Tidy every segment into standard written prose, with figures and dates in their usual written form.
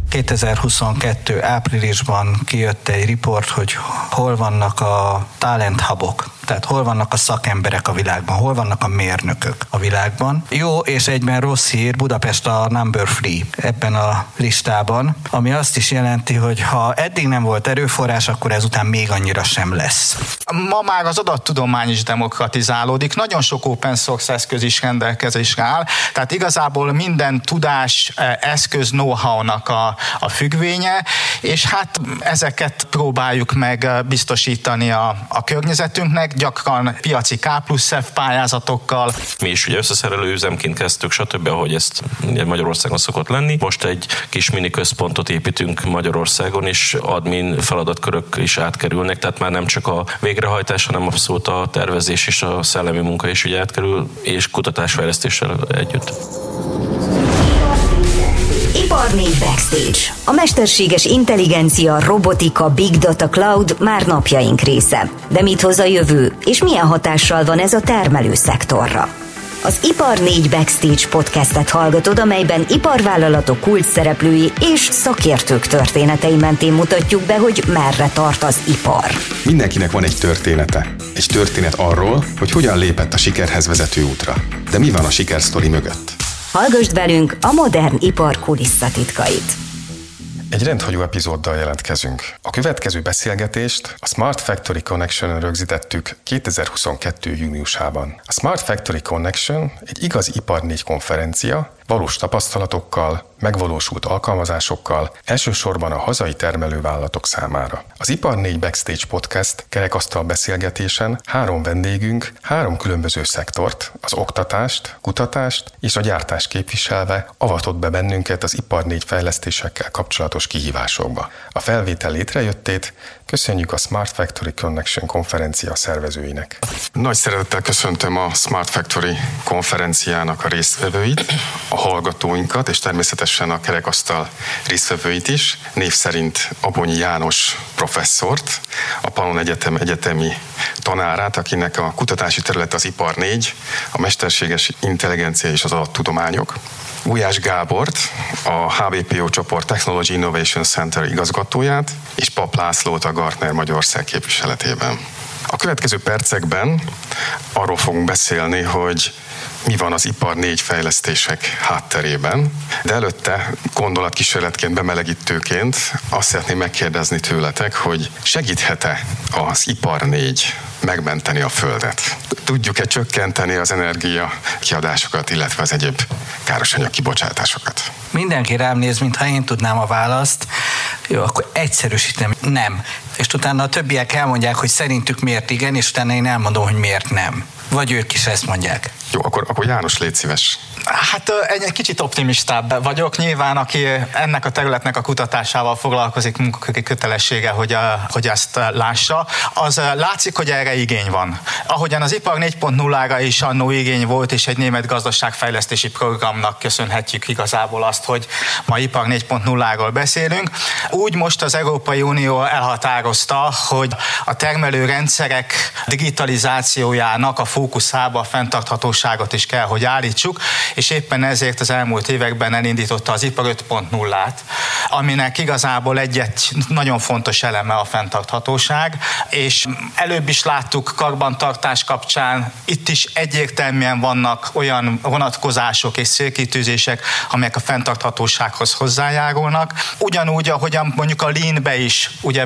2022 áprilisban kijött egy riport, hogy hol vannak a talent hubok, tehát hol vannak a szakemberek a világban, hol vannak a mérnökök a világban. Jó és egyben rossz hír, Budapest a number 3 ebben a listában, ami azt is jelenti, hogy ha eddig nem volt erőforrás, akkor ezután még annyira sem lesz. Ma már az adattudomány is demokratizálódik, nagyon sok open source eszköz is rendelkezésre áll, tehát igazából minden tudás, eszköz, know-how-nak a függvénye, és hát ezeket próbáljuk meg biztosítani a környezetünknek, gyakran piaci K+F pályázatokkal. Mi is ugye összeszerelő üzemként kezdtük, stb., ahogy ezt Magyarországon szokott lenni. Most egy kis mini központot építünk Magyarországon, és admin feladatkörök is átkerülnek, tehát már nem csak a végrehajtás, hanem abszolút a tervezés és a szellemi munka is ugye átkerül, és kutatásfejlesztéssel együtt. Ipar 4 Backstage. A mesterséges intelligencia, robotika, big data, cloud már napjaink része. De mit hoz a jövő, és milyen hatással van ez a termelő szektorra? Az Ipar 4 Backstage podcastet hallgatod, amelyben iparvállalatok kulcsszereplői és szakértők történetei mentén mutatjuk be, hogy merre tart az ipar. Mindenkinek van egy története. Egy történet arról, hogy hogyan lépett a sikerhez vezető útra. De mi van a sikersztori mögött? Hallgassd velünk a modern ipar kulisszatitkait. Egy rendhagyó epizóddal jelentkezünk. A következő beszélgetést a Smart Factory Connection-ön rögzítettük 2022. júniusában. A Smart Factory Connection egy igazi Ipar 4 konferencia, valós tapasztalatokkal, megvalósult alkalmazásokkal, elsősorban a hazai termelővállalatok számára. Az Ipar 4 Backstage Podcast kerekasztal beszélgetésen 3 vendégünk 3 különböző szektort, az oktatást, kutatást és a gyártást képviselve avatott be bennünket az Ipar 4 fejlesztésekkel kapcsolatos kihívásokba. A felvétel létrejöttét köszönjük a Smart Factory Connection konferencia szervezőinek. Nagy szeretettel köszöntöm a Smart Factory konferenciának a résztvevőit, a hallgatóinkat, és természetesen a kerekasztal résztvevőit is. Név szerint Abonyi János professzort, a Pannon Egyetem egyetemi tanárát, akinek a kutatási terület az Ipar 4, a mesterséges intelligencia és az adattudományok. Gulyás Gábort, a HBPO csoport Technology Innovation Center igazgatóját, és Pap Lászlót a Gartner Magyarország képviseletében. A következő percekben arról fogunk beszélni, hogy mi van az Ipar 4 fejlesztések hátterében, de előtte gondolatkísérletként, bemelegítőként azt szeretném megkérdezni tőletek, hogy segíthet-e az Ipar 4 megmenteni a Földet? Tudjuk-e csökkenteni az energia kiadásokat, illetve az egyéb károsanyag kibocsátásokat? Mindenki rám néz, mintha én tudnám a választ. Jó, akkor egyszerűsítem, nem. És utána a többiek elmondják, hogy szerintük miért igen, és utána én elmondom, hogy miért nem. Vagy ők is ezt mondják. Jó, akkor János, légy szíves. Hát egy kicsit optimistább vagyok. Nyilván, aki ennek a területnek a kutatásával foglalkozik, munkaköri kötelessége, hogy ezt lássa, az látszik, hogy erre igény van. Ahogyan az Ipar 4.0-ra is annó igény volt, és egy német gazdaságfejlesztési programnak köszönhetjük igazából azt, hogy ma Ipar 4.0-ról beszélünk. Úgy most az Európai Unió elhatározta, hogy a termelőrendszerek digitalizációjának a fókuszába a fenntarthatóságot is kell, hogy állítsuk, és éppen ezért az elmúlt években elindította az Ipar 5.0-át, aminek igazából egy nagyon fontos eleme a fenntarthatóság, és előbb is láttuk karbantartás kapcsán, itt is egyértelműen vannak olyan vonatkozások és célkitűzések, amelyek a fenntarthatósághoz hozzájárulnak. Ugyanúgy, ahogyan mondjuk a Lean-be is ugye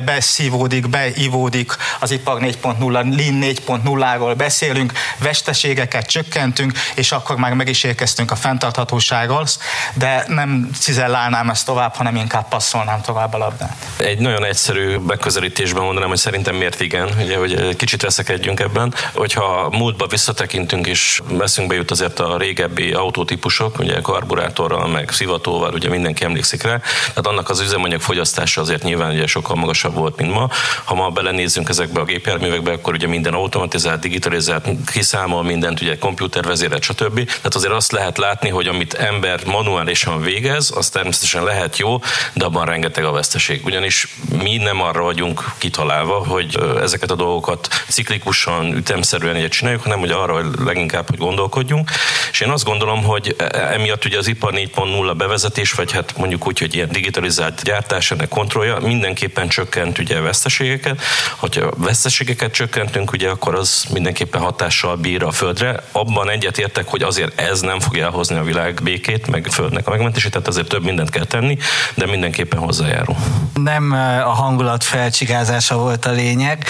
beivódik az Ipar 4.0, Lean 4.0-ról beszélünk, veszteségeket csökkentünk, és akkor már meg is érkeztünk a fenntarthatóságról, de nem cizellálnám ezt tovább, hanem inkább passzolnám tovább a labdát. Egy nagyon egyszerű megközelítésben mondanám, hogy szerintem miért igen, ugye, hogy kicsit veszekedjünk ebben. Hogyha múltba visszatekintünk, és eszünkbe jut azért a régebbi autótípusok, ugye karburátorral, meg szivatóval, ugye mindenki emlékszik rá, tehát annak az üzemanyag fogyasztása azért nyilván ugye sokkal magasabb volt, mint ma. Ha ma belenézzünk ezekbe a gépjárművekbe, akkor ugye minden automatizált, digitalizált, kiszámol mindent, ugye komputervezérelt, stb. Tehát azért azt lehet látni, hogy amit ember manuálisan végez, az természetesen lehet jó, de abban rengeteg a veszteség. Ugyanis mi nem arra vagyunk kitalálva, hogy ezeket a dolgokat ciklikusan, ütemszerűen egyet csináljuk, hanem hogy arra hogy leginkább, hogy gondolkodjunk. És én azt gondolom, hogy emiatt ugye az ipar 4.0 bevezetés, vagy hát mondjuk úgy, hogy ilyen digitalizált gyártás, ennek kontrollja mindenképpen csökkent ugye a veszteségeket. Hogyha veszteségeket csökkentünk, ugye akkor az mindenképpen hatással bír a földre. Abban egyetértek, hogy azért ez nem fogja elhozni a világ békét, meg a földnek a megmentését, tehát azért több mindent kell tenni, de mindenképpen hozzájárul. Nem a hangulat felcsigázása volt a lényeg.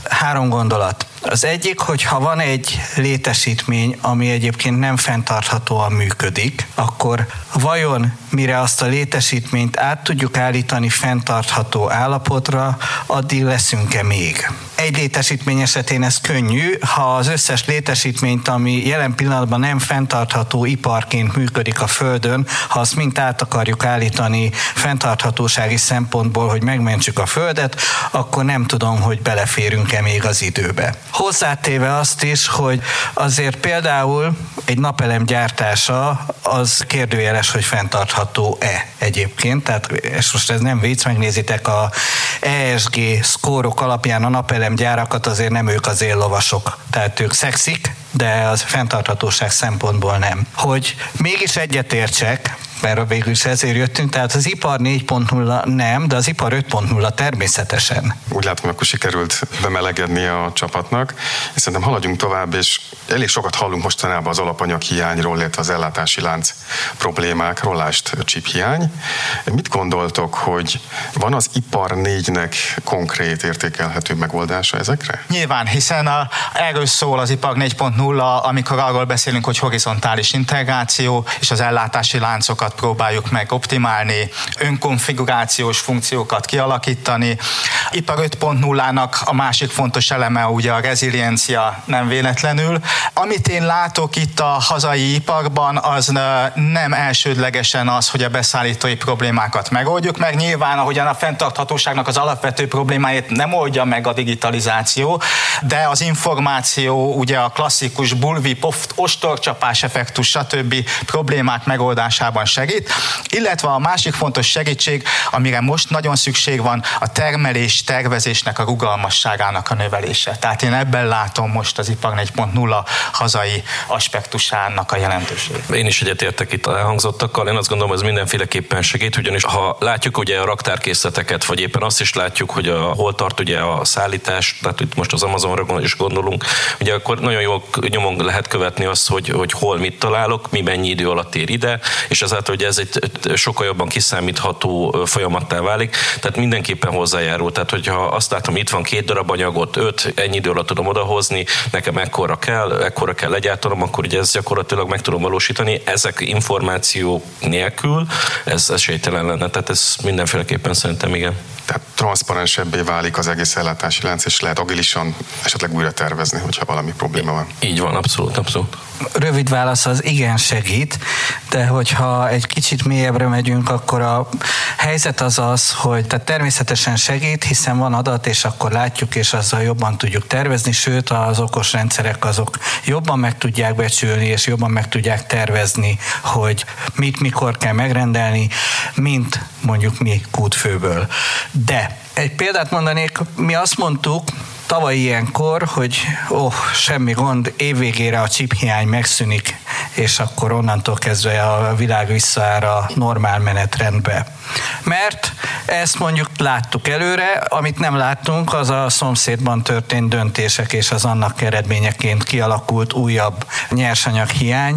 3 gondolat. Az egyik, hogy ha van egy létesítmény, ami egyébként nem fenntarthatóan működik, akkor vajon mire azt a létesítményt át tudjuk állítani fenntartható állapotra, addig leszünk-e még? Egy létesítmény esetén ez könnyű, ha az összes létesítményt, ami jelen pillanatban nem fenntartható iparként működik a Földön, ha azt mind át akarjuk állítani fenntarthatósági szempontból, hogy megmentsük a Földet, akkor nem tudom, hogy beleférünk-e még az időbe. Hozzátéve azt is, hogy azért például egy napelem gyártása az kérdőjeles, hogy fenntartható-e egyébként, tehát és most ez nem vicc, megnézitek a ESG szkórok alapján a napelemgyárakat, azért nem ők az éllovasok, tehát ők szexik, de az fenntarthatóság szempontból nem. Hogy mégis egyetértsek, mert végül is ezért jöttünk, tehát az ipar 4.0 nem, de az ipar 5.0 természetesen. Úgy látom, akkor sikerült bemelegedni a csapatnak, és szerintem haladjunk tovább, és elég sokat hallunk mostanában az alapanyag hiányról, illetve az ellátási lánc problémákról, lásd chip hiány. Mit gondoltok, hogy van az ipar 4-nek konkrét értékelhető megoldása ezekre? Nyilván, hiszen erről szól az ipar 4.0, amikor arról beszélünk, hogy horizontális integráció, és az ellátási láncokat próbáljuk meg optimálni, önkonfigurációs funkciókat kialakítani. Ipar 5.0-nak a másik fontos eleme ugye a reziliencia, nem véletlenül. Amit én látok itt a hazai iparban, az nem elsődlegesen az, hogy a beszállítói problémákat megoldjuk meg. Nyilván, ahogyan a fenntarthatóságnak az alapvető problémáit nem oldja meg a digitalizáció, de az információ, ugye a klasszikus bulvi, ostorcsapás effektus, stb. Problémák megoldásában segít, illetve a másik fontos segítség, amire most nagyon szükség van, a termelés tervezésnek a rugalmasságának a növelése. Tehát én ebben látom most az ipar 4.0 hazai aspektusának a jelentőségét. Én is egyetértek itt elhangzottakkal, én azt gondolom, ez mindenféleképpen segít, ugyanis ha látjuk ugye a raktárkészleteket, vagy éppen azt is látjuk, hogy hol tart ugye a szállítás, tehát itt most az Amazonra is gondolunk, ugye akkor nagyon jól nyomon lehet követni azt, hogy hol mit találok, mi mennyi idő alatt ér ide, és ezáltal ugye ez egy sokkal jobban kiszámítható folyamattá válik, tehát mindenképpen hozzájárul. Tehát, hogyha azt látom, itt van 2 darab anyagot, 5, ennyi idő alatt tudom odahozni, nekem ekkora kell legyártanom, akkor ugye ezt gyakorlatilag meg tudom valósítani. Ezek információ nélkül ez esélytelen lenne, tehát ez mindenféleképpen szerintem igen. Tehát transzparensebbé válik az egész ellátási lánc, és lehet agilisan esetleg újra tervezni, hogyha valami probléma van. Így van, abszolút. Rövid válasz az igen segít, de hogyha egy kicsit mélyebbre megyünk, akkor a helyzet az, hogy tehát természetesen segít, hiszen van adat, és akkor látjuk, és azzal jobban tudjuk tervezni, sőt az okos rendszerek azok jobban meg tudják becsülni, és jobban meg tudják tervezni, hogy mit mikor kell megrendelni, mint mondjuk mi kútfőből. De egy példát mondanék, mi azt mondtuk tavaly ilyenkor, hogy semmi gond, évvégére a chiphiány megszűnik, és akkor onnantól kezdve a világ visszaáll a normál menetrendbe. Mert ezt mondjuk láttuk előre, amit nem láttunk, az a szomszédban történt döntések és az annak eredményeként kialakult újabb nyersanyaghiány,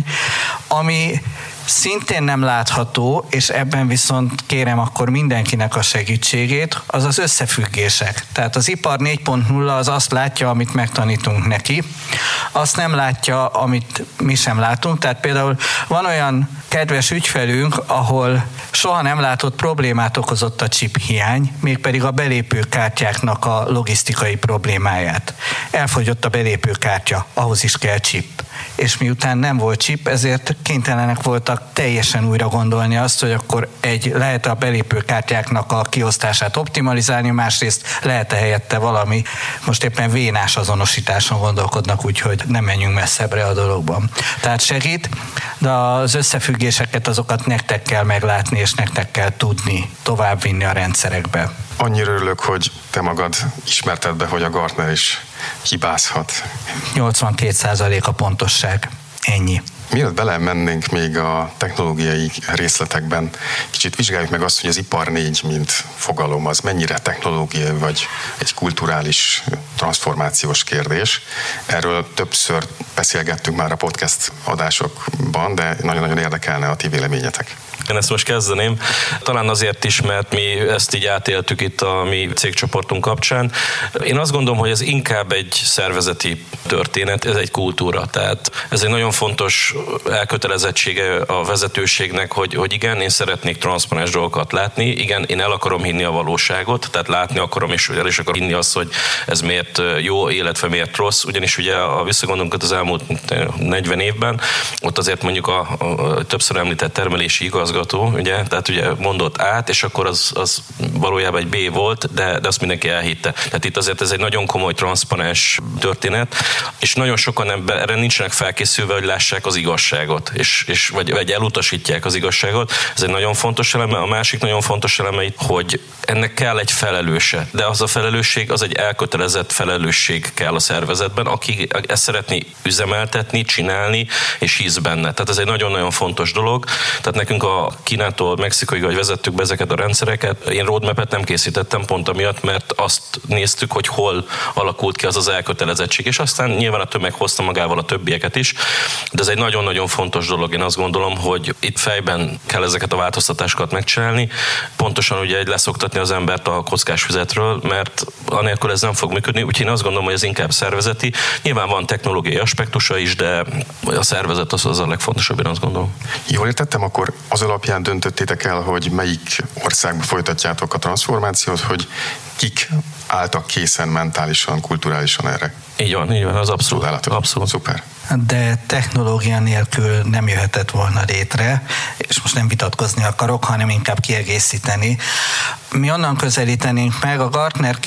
ami szintén nem látható, és ebben viszont kérem akkor mindenkinek a segítségét, az az összefüggések. Tehát az ipar 4.0 az azt látja, amit megtanítunk neki, azt nem látja, amit mi sem látunk. Tehát például van olyan kedves ügyfelünk, ahol soha nem látott problémát okozott a chip hiány, mégpedig a belépőkártyáknak a logisztikai problémáját. Elfogyott a belépőkártya, ahhoz is kell chip. és miután nem volt chip, ezért kénytelenek voltak teljesen újra gondolni azt, hogy akkor lehet a belépőkártyáknak a kiosztását optimalizálni, másrészt lehet helyette valami, most éppen vénás azonosításon gondolkodnak, úgyhogy nem menjünk messzebbre a dologban. Tehát segít, de az összefüggéseket azokat nektek kell meglátni, és nektek kell tudni továbbvinni a rendszerekbe. Annyira örülök, hogy te magad ismerted be, hogy a Gartner is hibázhat. 82% a pontosság. Ennyi. Mielőtt belemennénk még a technológiai részletekben, kicsit vizsgáljuk meg azt, hogy az ipar 4, mint fogalom, az mennyire technológiai vagy egy kulturális transformációs kérdés. Erről többször beszélgettünk már a podcast adásokban, de nagyon-nagyon érdekelne a ti véleményetek. Én ezt most kezdeném. Talán azért is, mert mi ezt így átéltük itt a mi cégcsoportunk kapcsán. Én azt gondolom, hogy ez inkább egy szervezeti történet, ez egy kultúra. Tehát ez egy nagyon fontos elkötelezettsége a vezetőségnek, hogy igen, én szeretnék transzparens dolgokat látni, igen, én el akarom hinni a valóságot, tehát látni akarom, és el is akarom hinni azt, hogy ez miért jó, illetve miért rossz. Ugyanis ugye a visszagondolunk az elmúlt 40 évben, ott azért mondjuk a többször említett termelési igazgató, ugye, tehát ugye mondott át, és akkor az valójában egy B volt, de azt mindenki elhitte. Tehát itt azért ez egy nagyon komoly, transzparens történet, és nagyon sokan erre nincsenek felkészülve, hogy lássák az igazságot, vagy elutasítják az igazságot. Ez egy nagyon fontos eleme. A másik nagyon fontos eleme itt, hogy ennek kell egy felelőse, de az a felelősség, az egy elkötelezett felelősség kell a szervezetben, aki ezt szeretné üzemeltetni, csinálni, és hisz benne. Tehát ez egy nagyon-nagyon fontos dolog. Tehát nekünk a Kínától Mexikoig, hogy vezettük be ezeket a rendszereket, én roadmap-et nem készítettem pont amiatt, mert azt néztük, hogy hol alakult ki az elkötelezettség, és aztán nyilván a tömeg hozta magával a többieket is, de ez egy nagyon-nagyon fontos dolog. Én azt gondolom, hogy itt fejben kell ezeket a változtatásokat megcsinálni, pontosan ugye leszoktatni az embert a kockás füzetről, mert anélkül ez nem fog működni, úgyhogy én azt gondolom, hogy ez inkább szervezeti. Nyilván van technológiai aspektusa is, de a szervezet az a legfontosabb, én azt gondolom. Jól értettem, akkor az alapján döntöttétek el, hogy melyik országba folytatjátok a transformációt, hogy kik álltak készen mentálisan, kulturálisan erre? Így van, az abszolút. Abszolút. Szuper. De technológia nélkül nem jöhetett volna létre, és most nem vitatkozni akarok, hanem inkább kiegészíteni. Mi onnan közelítenénk meg, a Gartner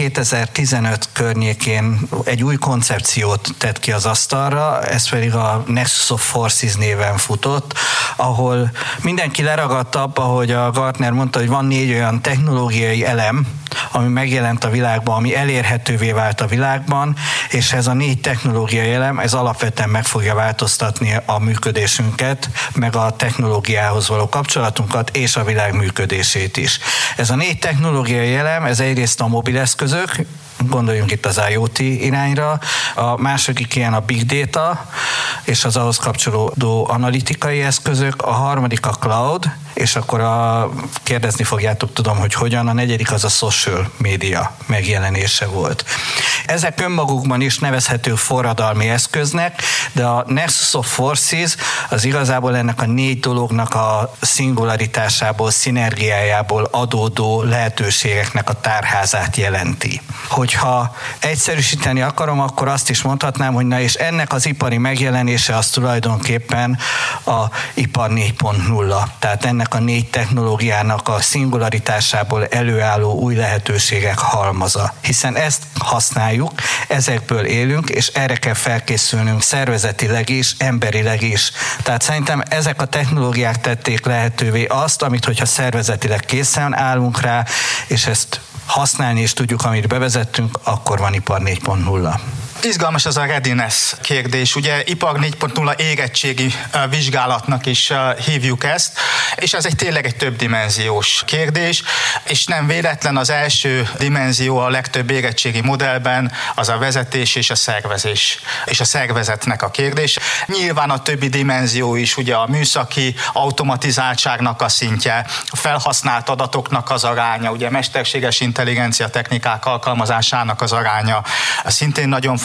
2015 környékén egy új koncepciót tett ki az asztalra, ez pedig a Nexus of Forces néven futott, ahol mindenki leragadt abba, hogy a Gartner mondta, hogy van 4 olyan technológiai elem, ami megjelent a világban, ami elérhetővé vált a világban, és ez a 4 technológiai elem, ez alapvetően meg fogja változtatni a működésünket, meg a technológiához való kapcsolatunkat, és a világ működését is. Ez a 4 technológiai elem, ez egyrészt a mobileszközök, gondoljunk itt az IoT irányra, a második ilyen a Big Data, és az ahhoz kapcsolódó analitikai eszközök, a harmadik a Cloud, és akkor kérdezni fogjátok, tudom, hogy hogyan, a negyedik az a social media megjelenése volt. Ezek önmagukban is nevezhető forradalmi eszköznek, de a Nexus of Forces az igazából ennek a 4 dolognak a szingularitásából, szinergiájából adódó lehetőségeknek a tárházát jelenti. Hogyha egyszerűsíteni akarom, akkor azt is mondhatnám, hogy na és ennek az ipari megjelenése az tulajdonképpen a ipar 4.0. Tehát ennek a 4 technológiának a szingularitásából előálló új lehetőségek halmaza. Hiszen ezt használjuk, ezekből élünk, és erre kell felkészülnünk szervezetileg is, emberileg is. Tehát szerintem ezek a technológiák tették lehetővé azt, amit hogyha szervezetileg készen állunk rá, és ezt használni is tudjuk, amit bevezettünk, akkor van ipar 4.0. Izgalmas ez a readiness kérdés. Ugye ipar 4.0 érettségi vizsgálatnak is hívjuk ezt, és ez tényleg egy többdimenziós kérdés, és nem véletlen az első dimenzió a legtöbb érettségi modellben az a vezetés és a szervezés, és a szervezetnek a kérdés. Nyilván a többi dimenzió is, ugye a műszaki automatizáltságnak a szintje, a felhasznált adatoknak az aránya, ugye mesterséges intelligencia technikák alkalmazásának az aránya, szintén nagyon fontos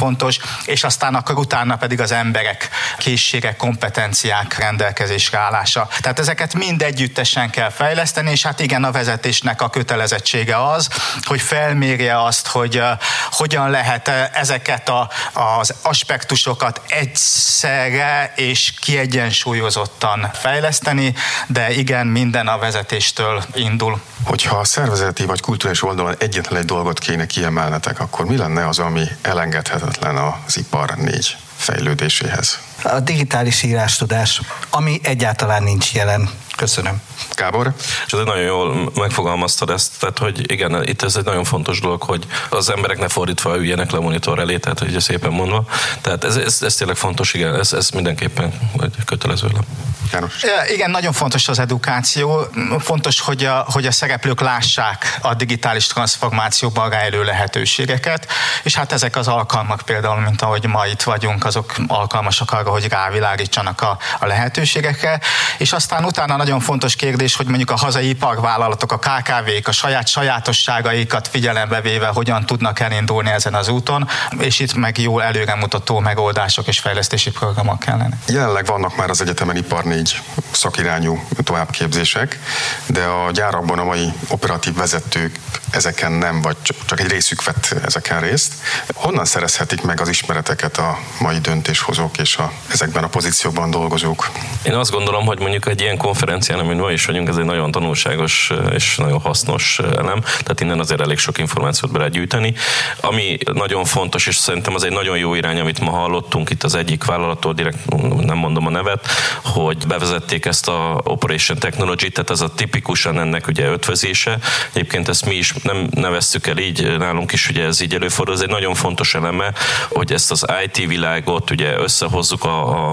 fontos, és aztán akkor utána pedig az emberek készségek, kompetenciák rendelkezésre állása. Tehát ezeket mind együttesen kell fejleszteni, és hát igen, a vezetésnek a kötelezettsége az, hogy felmérje azt, hogy hogyan lehet ezeket az aspektusokat egyszerre és kiegyensúlyozottan fejleszteni, de igen, minden a vezetéstől indul. Hogyha a szervezeti vagy kulturális oldalon egyetlen egy dolgot kéne kiemelnetek, akkor mi lenne az, ami elengedhetetlen az ipar 4 fejlődéséhez? A digitális írástudás, ami egyáltalán nincs jelen. Köszönöm. Gábor? És ez nagyon jól megfogalmaztad ezt, tehát hogy igen, itt ez egy nagyon fontos dolog, hogy az emberek ne fordítva üljenek le a monitor elé, tehát hogy szépen mondva. Tehát ez tényleg fontos, igen, ez mindenképpen kötelező. János? Igen, nagyon fontos az edukáció. Fontos, hogy a szereplők lássák a digitális transformációban rejlő lehetőségeket, és hát ezek az alkalmak például, mint ahogy ma itt vagyunk, azok alkalmasak arra, hogy rávilágítsanak a lehetőségekre, és aztán utána nagyon fontos kérdés, hogy mondjuk a hazai iparvállalatok, a KKV-k a saját sajátosságaikat figyelembe véve hogyan tudnak elindulni ezen az úton, és itt meg jól előremutató megoldások és fejlesztési programok kellene. Jelenleg vannak már az egyetemen ipar 4 szakirányú továbbképzések, de a gyárakban a mai operatív vezetők ezeken nem, vagy csak egy részük vett ezeken részt. Honnan szerezhetik meg az ismereteket a mai döntéshozók és ezekben a pozíciókban dolgozók? Én azt gondolom, hogy mondjuk egy ilyen konferencián, amin ma is vagyunk, ez egy nagyon tanulságos és nagyon hasznos elem, tehát innen azért elég sok információt be lehet gyűjteni. Ami nagyon fontos, és szerintem az egy nagyon jó irány, amit ma hallottunk itt az egyik vállalattól, direkt nem mondom a nevet, hogy bevezették ezt a Operation Technology, tehát ez a tipikusan ennek ugye ötvözése. Egyébként ezt mi is nem neveztük el így, nálunk is ugye ez így előfordul, ez egy nagyon fontos eleme, hogy ezt az IT világot ugye összehozzuk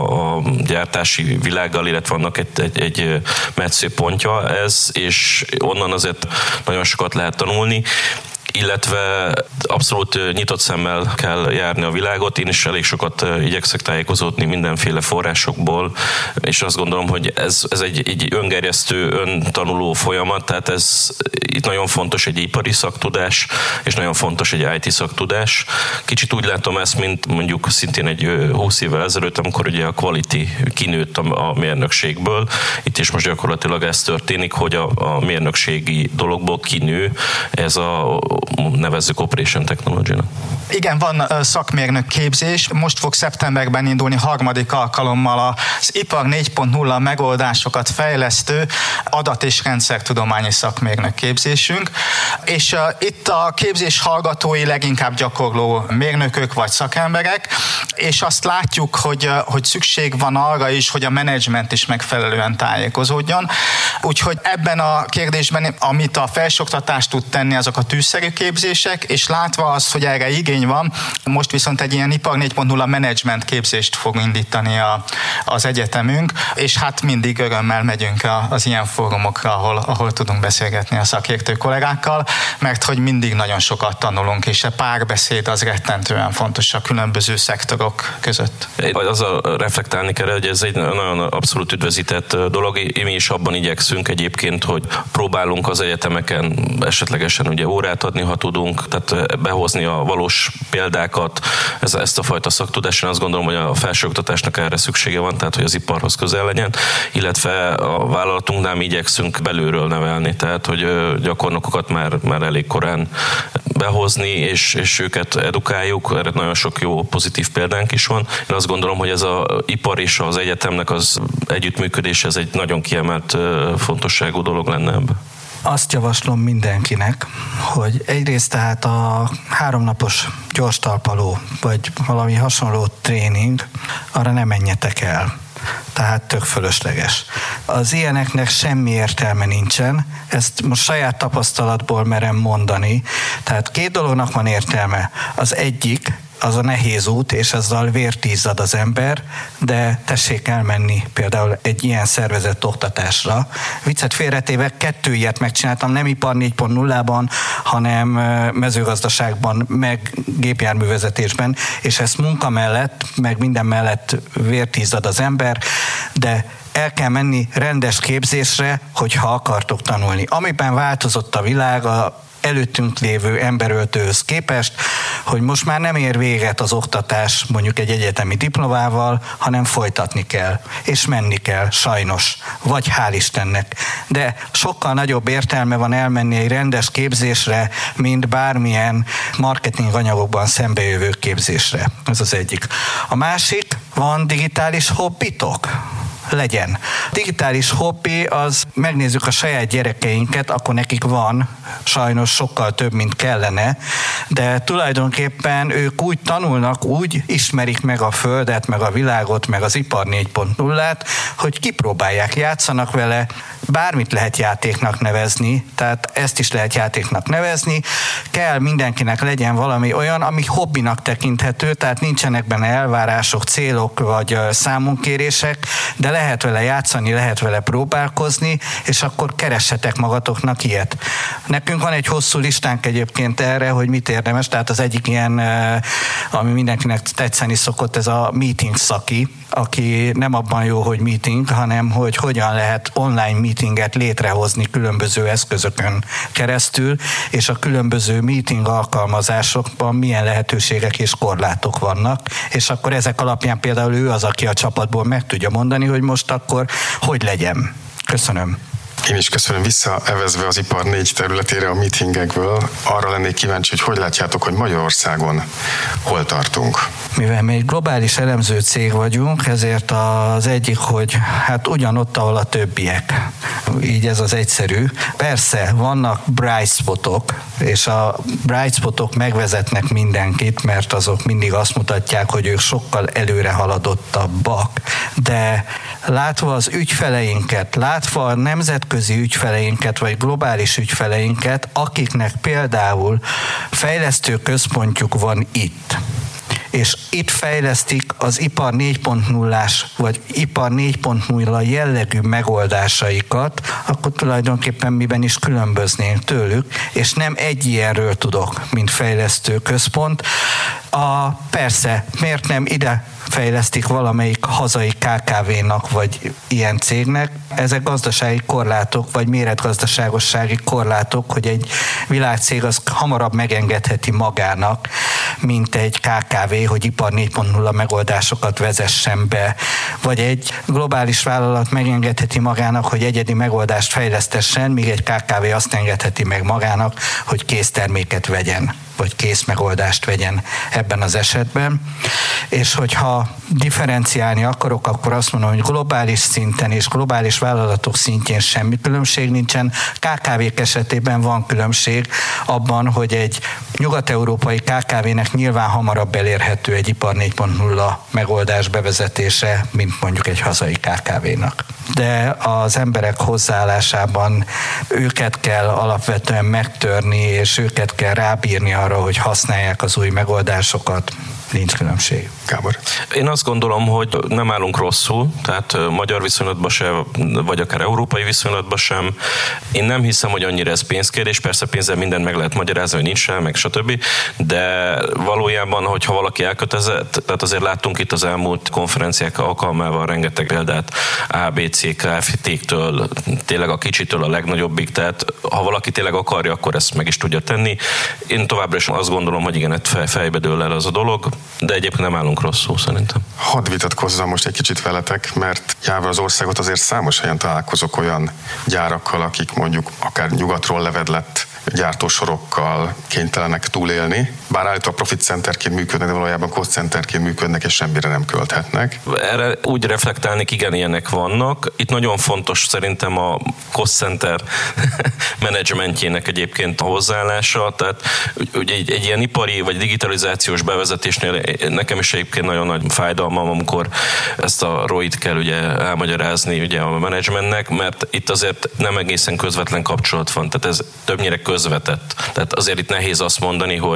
a gyártási világgal, illetve vannak egy metszőpontja ez, és onnan azért nagyon sokat lehet tanulni, illetve abszolút nyitott szemmel kell járni a világot. Én is elég sokat igyekszek tájékozódni mindenféle forrásokból, és azt gondolom, hogy ez egy öngerjesztő, öntanuló folyamat, tehát ez itt nagyon fontos egy ipari szaktudás, és nagyon fontos egy IT szaktudás. Kicsit úgy látom ezt, mint mondjuk szintén egy 20 évvel ezelőtt, amikor ugye a quality kinőtt a mérnökségből. Itt is most gyakorlatilag ez történik, hogy a mérnökségi dologból kinő ez a nevezzük Operation Technology-nak. Igen, van szakmérnök képzés, most fog szeptemberben indulni harmadik alkalommal az Ipar 4.0 megoldásokat fejlesztő adat- és rendszertudományi szakmérnök képzésünk, és itt a képzés hallgatói leginkább gyakorló mérnökök vagy szakemberek, és azt látjuk, hogy szükség van arra is, hogy a menedzsment is megfelelően tájékozódjon. Úgyhogy ebben a kérdésben, amit a felsőoktatás tud tenni, azok a tűzszerű képzések, és látva azt, hogy erre igény van, most viszont egy ilyen Ipar 4.0 menedzsment képzést fog indítani az egyetemünk, és hát mindig örömmel megyünk az ilyen fórumokra, ahol tudunk beszélgetni a szakértő kollégákkal, mert hogy mindig nagyon sokat tanulunk, és a párbeszéd az rettentően fontos a különböző szektorok között. Azzal reflektálni kell, hogy ez egy nagyon abszolút üdvözített dolog. Mi is abban igyekszünk egyébként, hogy próbálunk az egyetemeken esetlegesen ugye órát adni, ha tudunk, tehát behozni a valós példákat, ezt a fajta szaktudást. Én azt gondolom, hogy a felsőoktatásnak erre szüksége van, tehát hogy az iparhoz közel legyen, illetve a vállalatunknál mi igyekszünk belülről nevelni, tehát hogy gyakornokokat már elég korán behozni, és őket edukáljuk, erre nagyon sok jó pozitív példánk is van. Én azt gondolom, hogy ez az ipar és az egyetemnek az együttműködés, ez egy nagyon kiemelt fontosságú dolog lenne ebben. Azt javaslom mindenkinek, hogy egyrészt tehát a 3 napos gyors talpaló, vagy valami hasonló tréning, arra nem menjetek el. Tehát tök fölösleges. Az ilyeneknek semmi értelme nincsen, ezt most saját tapasztalatból merem mondani. Tehát 2 dolognak van értelme. Az egyik, az a nehéz út, és azzal vért izzad az ember, de tessék elmenni például egy ilyen szervezett oktatásra. Viccet félretéve 2 ilyet megcsináltam, nem Ipar 4.0-ban, hanem mezőgazdaságban, meg gépjárművezetésben, és ezt munka mellett, meg minden mellett vért izzad az ember, de el kell menni rendes képzésre, hogyha akartok tanulni. Amiben változott a világ a előttünk lévő emberöltőhöz képest, hogy most már nem ér véget az oktatás mondjuk egy egyetemi diplomával, hanem folytatni kell, és menni kell, sajnos, vagy hál' Istennek. De sokkal nagyobb értelme van elmenni egy rendes képzésre, mint bármilyen marketing anyagokban szembejövő képzésre. Ez az egyik. A másik, van digitális hobbitok? Legyen. Digitális hobbi, az megnézzük a saját gyerekeinket, akkor nekik van, sajnos sokkal több, mint kellene, de tulajdonképpen ők úgy tanulnak, úgy ismerik meg a Földet, meg a világot, meg az ipar 4.0-át, hogy kipróbálják, játszanak vele, bármit lehet játéknak nevezni, tehát ezt is lehet játéknak nevezni, kell mindenkinek legyen valami olyan, ami hobbinak tekinthető, tehát nincsenek benne elvárások, célok vagy számunkérések, de lehet vele játszani, lehet vele próbálkozni, és akkor keressetek magatoknak ilyet. Nekünk van egy hosszú listánk egyébként erre, hogy mit érdemes, tehát az egyik ilyen, ami mindenkinek tetszeni szokott, ez a meeting szaki, aki nem abban jó, hogy meeting, hanem hogy hogyan lehet online meetinget létrehozni különböző eszközökön keresztül, és a különböző meeting alkalmazásokban milyen lehetőségek és korlátok vannak, és akkor ezek alapján például ő az, aki a csapatból meg tudja mondani, hogy most akkor hogy legyen. Köszönöm. Én is köszönöm. Visszaevezve az ipar 4 területére a meetingekből, arra lennék kíváncsi, hogy látjátok, hogy Magyarországon hol tartunk. Mivel mi egy globális elemző cég vagyunk, ezért az egyik, hogy hát ugyanott, ahol a többiek. Így ez az egyszerű. Persze, vannak bright spotok, és a bright spotok megvezetnek mindenkit, mert azok mindig azt mutatják, hogy ők sokkal előre haladottabbak. De látva az ügyfeleinket, látva a nemzetközi ügyfeleinket, vagy globális ügyfeleinket, akiknek például fejlesztő központjuk van itt, és itt fejlesztik az ipar 4.0-ás, vagy ipar 4.0 jellegű megoldásaikat, akkor tulajdonképpen miben is különböznénk tőlük, és nem egy ilyenről tudok, mint fejlesztő központ. Persze, miért nem ide fejlesztik valamelyik hazai KKV-nak, vagy ilyen cégnek? Ezek gazdasági korlátok, vagy méretgazdaságossági korlátok, hogy egy világcég az hamarabb megengedheti magának, mint egy KKV, hogy ipar 4.0 megoldásokat vezessen be, vagy egy globális vállalat megengedheti magának, hogy egyedi megoldást fejlesztessen, míg egy KKV azt engedheti meg magának, hogy készterméket vegyen, vagy kész megoldást vegyen ebben az esetben. És hogyha differenciálni akarok, akkor azt mondom, hogy globális szinten és globális vállalatok szintjén semmi különbség nincsen. KKV-k esetében van különbség abban, hogy egy nyugat-európai KKV-nek nyilván hamarabb elérhető egy ipar 4.0 megoldás bevezetése, mint mondjuk egy hazai KKV-nak. De az emberek hozzáállásában őket kell alapvetően megtörni, és őket kell rábírni arra, hogy használják az új megoldásokat. Nincs különbség. Gábor? Én azt gondolom, hogy nem állunk rosszul, tehát magyar viszonylatban sem, vagy akár európai viszonylatban sem. Én nem hiszem, hogy annyira ez pénzkérdés, persze pénzzel mindent meg lehet magyarázni, hogy nincs sem, meg stb. De valójában, hogyha valaki elkötelezett, tehát azért láttunk itt az elmúlt konferenciák alkalmával rengeteg példát ABC, Kft-től, tényleg a kicsitől a legnagyobbig, tehát ha valaki tényleg akarja, akkor ezt meg is tudja tenni. Én továbbra is azt gondolom, hogy igen, fejbe dől el az a dolog, de egyébként nem állunk rosszul szerintem. Hadd vitatkozzam most egy kicsit veletek, mert járva az országot azért számos helyen találkozok olyan gyárakkal, akik mondjuk akár nyugatról levedlett gyártósorokkal kénytelenek túlélni, bár állítólag profit centerként működnek, de valójában cost centerként működnek, és semmire nem költhetnek. Erre úgy reflektálnék, igen, ilyenek vannak. Itt nagyon fontos szerintem a cost center menedzsmentjének egyébként a hozzáállása, tehát ugye egy ilyen ipari vagy digitalizációs bevezetésnél nekem is egyébként nagyon nagy fájdalmam, amikor ezt a ROI-t kell ugye elmagyarázni ugye a menedzsmentnek, mert itt azért nem egészen közvetlen kapcsolat van, tehát ez többnyire közvetett. Tehát azért itt nehéz azt mondani, hogy ez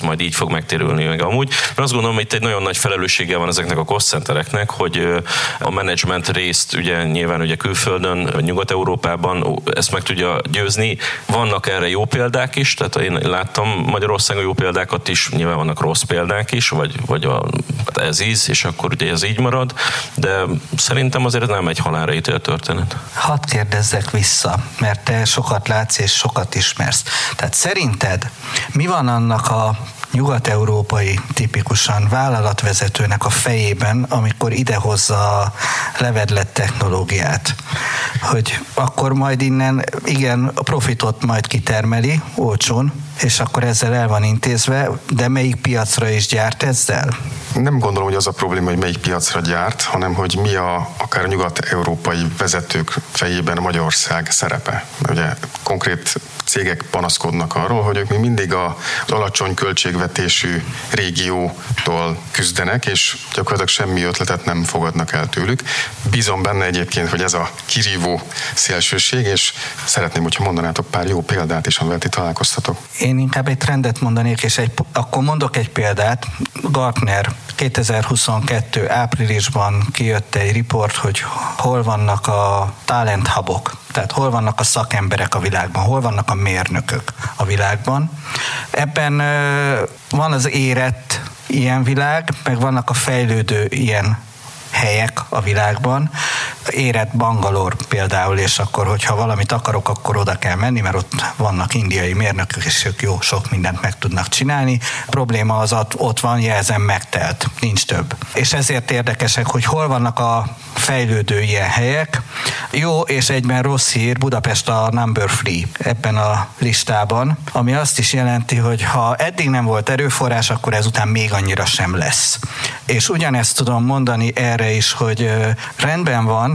majd így fog megtérülni meg amúgy. Mert azt gondolom, hogy itt egy nagyon nagy felelőssége van ezeknek a cost centereknek, hogy a menedzsment részt ugye nyilván ugye külföldön, vagy Nyugat-Európában ezt meg tudja győzni. Vannak erre jó példák is, tehát én láttam Magyarországon jó példákat is, nyilván vannak rossz példák is, vagy ez íz, és akkor ugye ez így marad, de szerintem azért nem egy halálra ítélt történet. Hadd kérdezzek vissza, mert te sokat látsz és sokat ismersz. Tehát szerinted mi van annak a nyugat-európai tipikusan vállalatvezetőnek a fejében, amikor idehozza a levedlet technológiát, hogy akkor majd innen igen, a profitot majd kitermeli olcsón, és akkor ezzel el van intézve, de melyik piacra is gyárt ezzel? Nem gondolom, hogy az a probléma, hogy melyik piacra gyárt, hanem hogy mi akár a nyugat-európai vezetők fejében Magyarország szerepe. Ugye konkrét cégek panaszkodnak arról, hogy ők még mindig az alacsony költségvetésű régiótól küzdenek, és gyakorlatilag semmi ötletet nem fogadnak el tőlük. Bízom benne egyébként, hogy ez a kirívó szélsőség, és szeretném, hogyha mondanátok pár jó példát is, amivel ti találkoztatok. Én inkább egy trendet mondanék, és akkor mondok egy példát. Gartner 2022. áprilisban kijött egy riport, hogy hol vannak a talent hubok, tehát hol vannak a szakemberek a világban, hol vannak a mérnökök a világban. Ebben van az érett ilyen világ, meg vannak a fejlődő ilyen helyek a világban. Érett Bangalore például, és akkor, hogyha valamit akarok, akkor oda kell menni, mert ott vannak indiai mérnökök, és ők jó sok mindent meg tudnak csinálni. A probléma az ott van, jelzem megtelt, nincs több. És ezért érdekesek, hogy hol vannak a fejlődő ilyen helyek. Jó és egyben rossz hír, Budapest a number 3 ebben a listában, ami azt is jelenti, hogy ha eddig nem volt erőforrás, akkor ezután még annyira sem lesz. És ugyanezt tudom mondani erre is, hogy rendben van,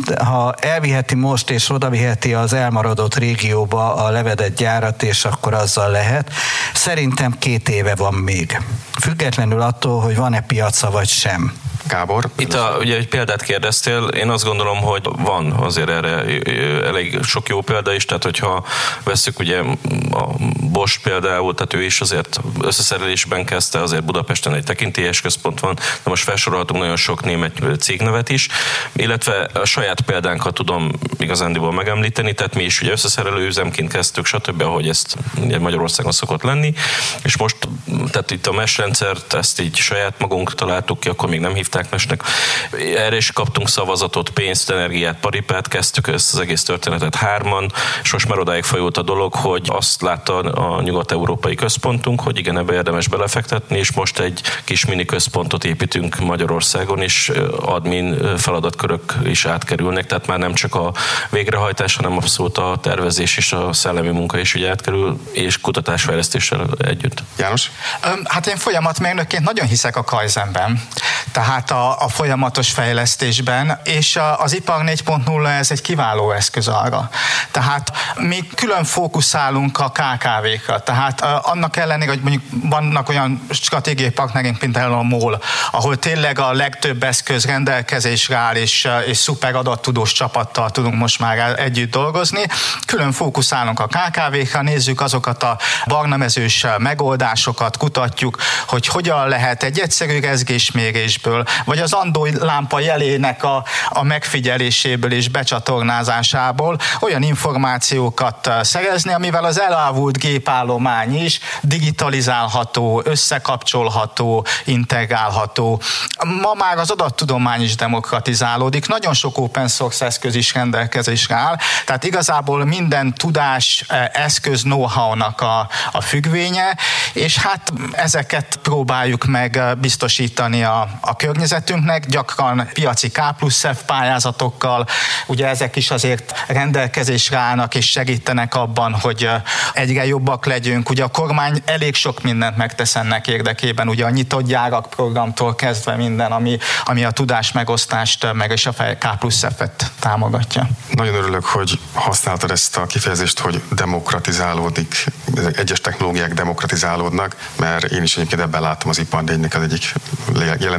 ha elviheti most és odaviheti az elmaradott régióba a levedett gyárat, és akkor azzal lehet. Szerintem 2 éve van még. Függetlenül attól, hogy van-e piaca vagy sem. Gábor? Itt ugye egy példát kérdeztél, én azt gondolom, hogy van azért erre elég sok jó példa is, tehát hogyha vesszük ugye a Bosch például, tehát ő is azért összeszerelésben kezdte, azért Budapesten egy tekintélyes központ van, de most felsorolhatunk nagyon sok német cégnevet is, illetve a saját példánkat tudom igazándiból megemlíteni, tehát mi is ugye összeszerelő üzemként kezdtük, stb., ahogy ezt Magyarországon szokott lenni, és most tehát itt a mesh rendszert, ezt így saját magunk találtuk ki, akkor még nem hívták mesnek. Erre is kaptunk szavazatot, pénzt, energiát, paripát, kezdtük ezt az egész történetet 3-an, és most már odáig folyult a dolog, hogy azt látta a nyugat-európai központunk, hogy igen, ebbe érdemes belefektetni, és most egy kis mini központot építünk Magyarországon, és admin feladatkörök is átkerülnek, tehát már nem csak a végrehajtás, hanem abszolút a tervezés és a szellemi munka is ugye átkerül, és kutatásfejlesztéssel együtt. János? Hát én folyamatmérnökként nagyon hiszek a Kaizenben, tehát a folyamatos fejlesztésben, és az ipar 4.0 ez egy kiváló eszköz arra. Tehát mi külön fókuszálunk a KKV-kra, tehát annak ellenére, hogy mondjuk vannak olyan stratégiai partnerünk, mint a MOL, ahol tényleg a legtöbb eszköz rendelkezésre áll, és szuper adattudós csapattal tudunk most már együtt dolgozni. Külön fókuszálunk a KKV-kra, nézzük azokat a barnamezős megoldásokat, kutatjuk, hogy hogyan lehet egy egyszerű rezgésmérésből, vagy az Android lámpa jelének a megfigyeléséből és becsatornázásából olyan információkat szerezni, amivel az elavult gépállomány is digitalizálható, összekapcsolható, integrálható. Ma már az adattudomány is demokratizálódik, nagyon sok open source eszköz is rendelkezésre áll, tehát igazából minden tudás, eszköz, know-how-nak a függvénye, és hát ezeket próbáljuk meg biztosítani a környezetünknek, gyakran piaci K+F pályázatokkal, ugye ezek is azért rendelkezésre állnak és segítenek abban, hogy egyre jobbak legyünk. Ugye a kormány elég sok mindent megtesz ennek érdekében, ugye a nyitott gyárak programtól kezdve minden, ami a tudás megosztást, meg és a K+F-et támogatja. Nagyon örülök, hogy használtad ezt a kifejezést, hogy demokratizálódik, egyes technológiák demokratizálódnak, mert én is egyébként ebben látom az ipar 4-nek az egyik jelentős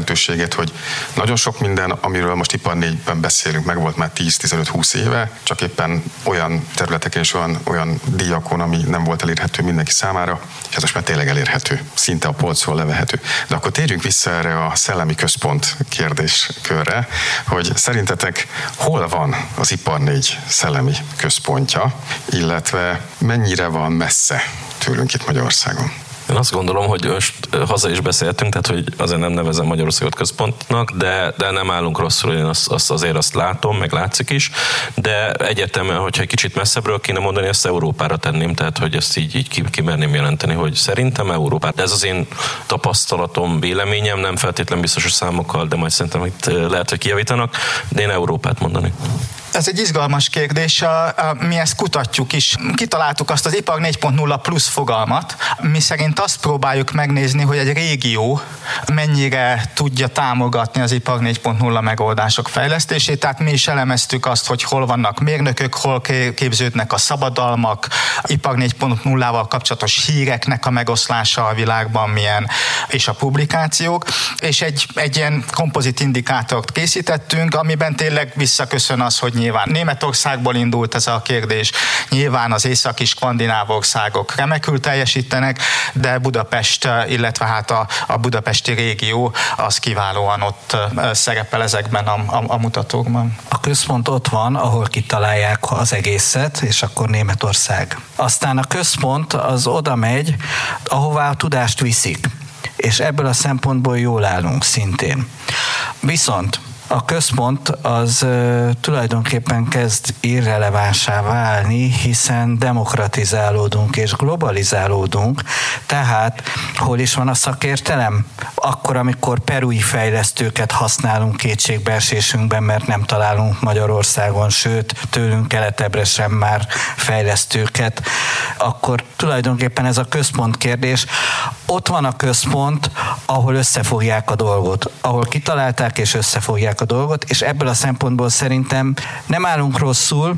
lehetőséget, hogy nagyon sok minden, amiről most Ipar 4-ben beszélünk, meg volt már 10-15-20 éve, csak éppen olyan területeken és olyan díjakon, ami nem volt elérhető mindenki számára, és ez most már tényleg elérhető, szinte a polcról levehető. De akkor térjünk vissza erre a szellemi központ kérdéskörre, hogy szerintetek hol van az Ipar 4 szellemi központja, illetve mennyire van messze tőlünk itt Magyarországon? Én azt gondolom, hogy most haza is beszéltünk, tehát hogy azért nem nevezem Magyarországot központnak, de nem állunk rosszul, én azért azt látom, meg látszik is, de egyértelműen, hogyha egy kicsit messzebbről kéne mondani, ezt Európára tenném, tehát hogy ezt így kimerném jelenteni, hogy szerintem Európára. De ez az én tapasztalatom, véleményem, nem feltétlenül biztos számokkal, de majd szerintem itt lehet, hogy kijavítanak, de én Európát mondani. Ez egy izgalmas kérdés, mi ezt kutatjuk is. Kitaláltuk azt az Ipar 4.0 plusz fogalmat, mi szerint azt próbáljuk megnézni, hogy egy régió mennyire tudja támogatni az Ipar 4.0 megoldások fejlesztését, tehát mi is elemeztük azt, hogy hol vannak mérnökök, hol képződnek a szabadalmak, Ipar 4.0-val kapcsolatos híreknek a megoszlása a világban milyen, és a publikációk, és egy ilyen kompozit indikátort készítettünk, amiben tényleg visszaköszön az, hogy nyilván Németországból indult ez a kérdés, nyilván az északi skandináv országok remekül teljesítenek, de Budapest, illetve hát a budapesti régió az kiválóan ott szerepel ezekben a mutatókban. A központ ott van, ahol kitalálják az egészet, és akkor Németország. Aztán a központ az oda megy, ahová a tudást viszik, és ebből a szempontból jól állunk szintén. Viszont a központ az tulajdonképpen kezd irrelevánsá válni, hiszen demokratizálódunk és globalizálódunk, tehát hol is van a szakértelem? Akkor, amikor perui fejlesztőket használunk kétségbeesésünkben, mert nem találunk Magyarországon, sőt, tőlünk keletebbre sem már fejlesztőket, akkor tulajdonképpen ez a központ kérdés. Ott van a központ, ahol összefogják a dolgot, ahol kitalálták és összefogják a dolgot, és ebből a szempontból szerintem nem állunk rosszul,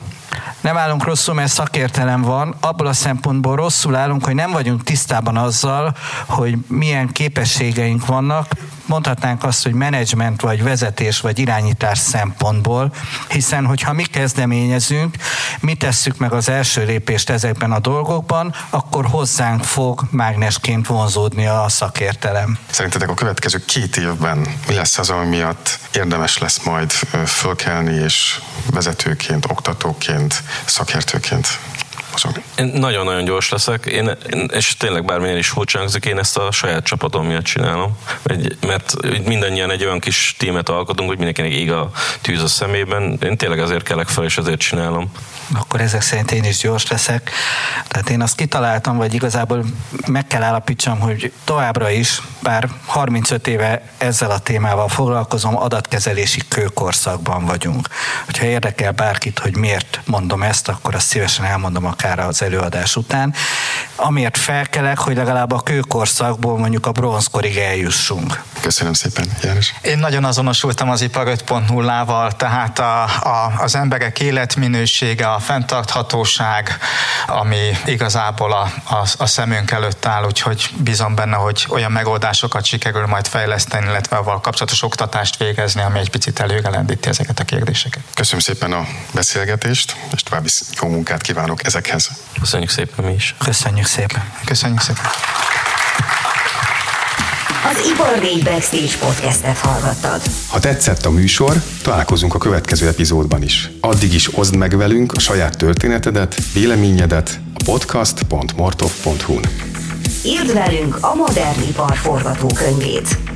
mert szakértelem van, abból a szempontból rosszul állunk, hogy nem vagyunk tisztában azzal, hogy milyen képességeink vannak, mondhatnánk azt, hogy menedzsment, vagy vezetés, vagy irányítás szempontból, hiszen hogyha mi kezdeményezünk, mi tesszük meg az első lépést ezekben a dolgokban, akkor hozzánk fog mágnesként vonzódni a szakértelem. Szerintetek a következő 2 évben mi lesz az, ami miatt érdemes lesz majd fölkelni és vezetőként, oktatóként, szakértőként mozogni? Én nagyon-nagyon gyors leszek, és tényleg bármilyen is furcsa hangzik, én ezt a saját csapatom miatt csinálom, mert mindannyian egy olyan kis tímet alkotunk, hogy mindenkinek ég a tűz a szemében, én tényleg azért kelek fel, és azért csinálom. Akkor ezek szerint én is gyors leszek. Tehát én azt kitaláltam, vagy igazából meg kell állapítsam, hogy továbbra is, bár 35 éve ezzel a témával foglalkozom, adatkezelési kőkorszakban vagyunk. Hogyha érdekel bárkit, hogy miért mondom ezt, akkor azt szívesen elmondom akár az előadás után. Amiért felkelek, hogy legalább a kőkorszakból mondjuk a bronzkorig eljussunk. Köszönöm szépen, János. Én nagyon azonosultam az Ipar 5.0-val, tehát az emberek életminősége, a fenntarthatóság, ami igazából a szemünk előtt áll, úgyhogy bízom benne, hogy olyan megoldásokat sikerül majd fejleszteni, illetve avval kapcsolatos oktatást végezni, ami egy picit előre lendíti ezeket a kérdéseket. Köszönöm szépen a beszélgetést, és további jó munkát kívánok ezekhez. Köszönjük szépen mi is. Köszönjük szépen. Köszönjük szépen. Az Ipar 4 Backstage podcastet hallgattad. Ha tetszett a műsor, találkozunk a következő epizódban is. Addig is oszd meg velünk a saját történetedet, véleményedet a podcast.mortov.hu-n. Írd velünk a modern ipar forgatókönyvét.